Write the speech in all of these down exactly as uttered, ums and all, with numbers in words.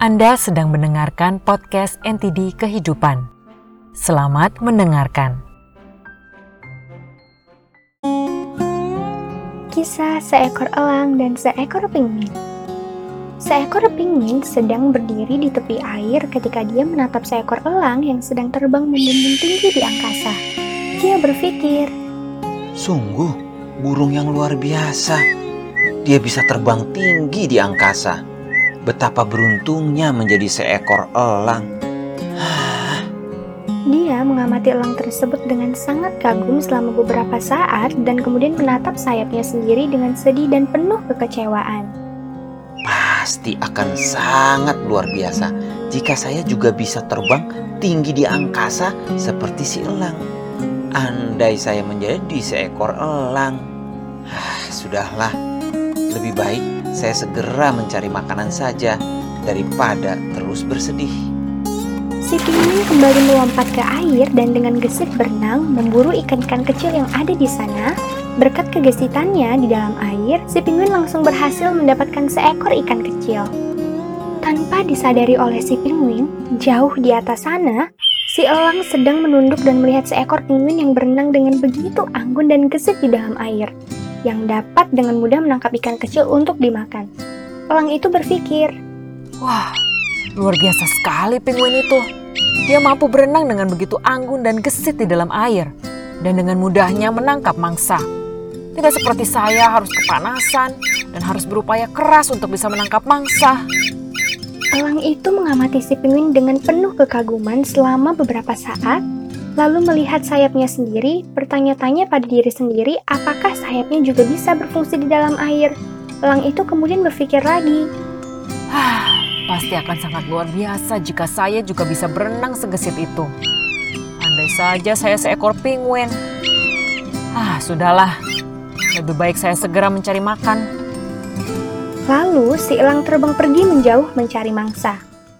Anda sedang mendengarkan podcast N T D Kehidupan. Selamat mendengarkan. Kisah seekor elang dan seekor penguin. Seekor penguin sedang berdiri di tepi air ketika dia menatap seekor elang yang sedang terbang membumbung tinggi di angkasa. Dia berpikir, "Sungguh, burung yang luar biasa. Dia bisa terbang tinggi di angkasa. Betapa beruntungnya menjadi seekor elang." Dia mengamati elang tersebut dengan sangat kagum selama beberapa saat dan kemudian menatap sayapnya sendiri dengan sedih dan penuh kekecewaan. Pasti akan sangat luar biasa jika saya juga bisa terbang tinggi di angkasa seperti si elang. Andai saya menjadi seekor elang. Ah, sudahlah. Lebih baik saya segera mencari makanan saja daripada terus bersedih. Si penguin kembali melompat ke air dan dengan gesit berenang memburu ikan-ikan kecil yang ada di sana. Berkat kegesitannya di dalam air, si penguin langsung berhasil mendapatkan seekor ikan kecil. Tanpa disadari oleh si penguin, jauh di atas sana, si elang sedang menunduk dan melihat seekor penguin yang berenang dengan begitu anggun dan gesit di dalam air, yang dapat dengan mudah menangkap ikan kecil untuk dimakan. Elang itu berpikir, Wah, luar biasa sekali penguin itu. Dia mampu berenang dengan begitu anggun dan gesit di dalam air, dan dengan mudahnya menangkap mangsa. Tidak seperti saya harus kepanasan dan harus berupaya keras untuk bisa menangkap mangsa. Elang itu mengamati si penguin dengan penuh kekaguman selama beberapa saat, lalu melihat sayapnya sendiri, bertanya-tanya pada diri sendiri apakah sayapnya juga bisa berfungsi di dalam air. Elang itu kemudian berpikir lagi, Ah, pasti akan sangat luar biasa jika saya juga bisa berenang segesit itu. Andai saja saya seekor penguin. Ah, sudahlah. Lebih baik saya segera mencari makan. lalu si elang terbang pergi menjauh mencari mangsa.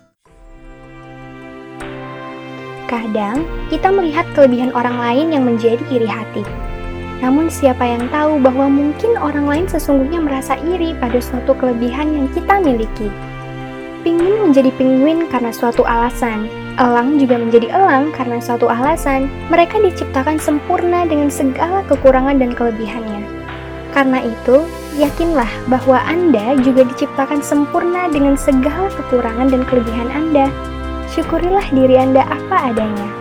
Kadang kita melihat kelebihan orang lain yang menjadi iri hati. Namun siapa yang tahu bahwa mungkin orang lain sesungguhnya merasa iri pada suatu kelebihan yang kita miliki. Penguin menjadi penguin karena suatu alasan. Elang juga menjadi elang karena suatu alasan. Mereka diciptakan sempurna dengan segala kekurangan dan kelebihannya. Karena itu, yakinlah bahwa Anda juga diciptakan sempurna dengan segala kekurangan dan kelebihan Anda. Syukurilah diri Anda apa adanya.